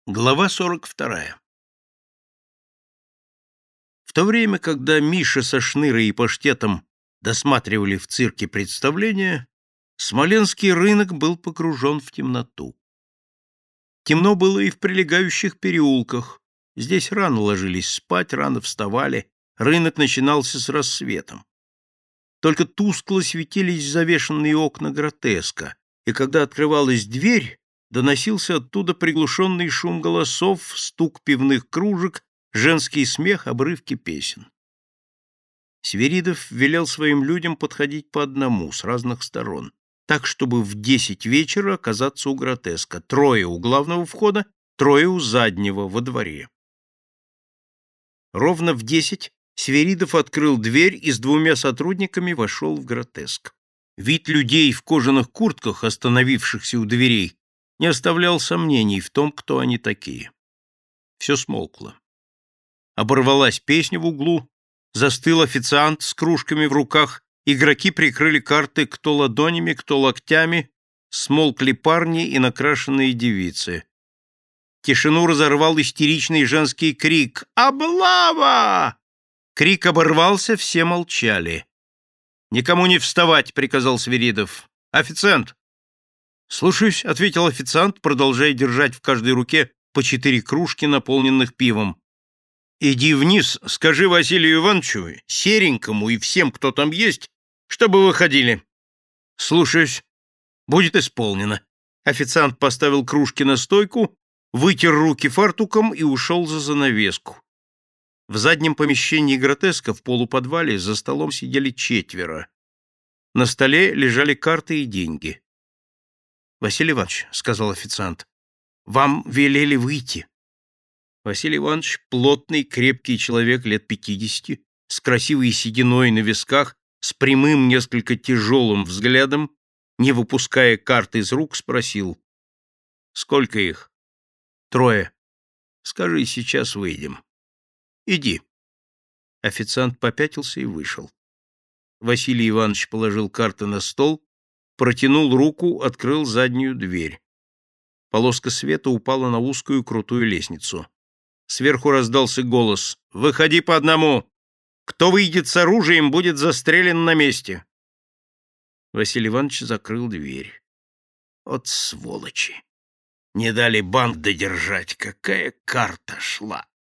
Глава 42. В то время, когда Миша со Шнырой и Паштетом досматривали в цирке представление, Смоленский рынок был погружен в темноту. Темно было и в прилегающих переулках. Здесь рано ложились спать, рано вставали, рынок начинался с рассветом. Только тускло светились завешенные окна гротеска, и когда открывалась дверь, доносился оттуда приглушенный шум голосов, стук пивных кружек, женский смех, обрывки песен. Свиридов велел своим людям подходить по одному, с разных сторон, так, чтобы в 10 вечера оказаться у гротеска, 3 у главного входа, 3 у заднего, во дворе. Ровно в 10 Свиридов открыл дверь и с 2 сотрудниками вошел в гротеск. Вид людей в кожаных куртках, остановившихся у дверей, не оставлял сомнений в том, кто они такие. Все смолкло. Оборвалась песня в углу, застыл официант с кружками в руках, игроки прикрыли карты кто ладонями, кто локтями, смолкли парни и накрашенные девицы. Тишину разорвал истеричный женский крик «Облава!». Крик оборвался, все молчали. «Никому не вставать!» — приказал Свиридов. «Официант!» «Слушаюсь», — ответил официант, продолжая держать в каждой руке по 4 кружки, наполненных пивом. «Иди вниз, скажи Василию Ивановичу, Серенькому и всем, кто там есть, чтобы выходили». «Слушаюсь. Будет исполнено». Официант поставил кружки на стойку, вытер руки фартуком и ушел за занавеску. В заднем помещении гротеска в полуподвале за столом сидели 4. На столе лежали карты и деньги. «Василий Иванович», — сказал официант, — «вам велели выйти». Василий Иванович, плотный, крепкий человек лет 50, с красивой сединой на висках, с прямым, несколько тяжелым взглядом, не выпуская карты из рук, спросил: «Сколько их?» 3. «Скажи, сейчас выйдем». «Иди». Официант попятился и вышел. Василий Иванович положил карты на стол, протянул руку, открыл заднюю дверь. Полоска света упала на узкую крутую лестницу. Сверху раздался голос: «Выходи по одному! Кто выйдет с оружием, будет застрелен на месте!» Василий Иванович закрыл дверь. «Вот сволочи! Не дали банк додержать! Какая карта шла!»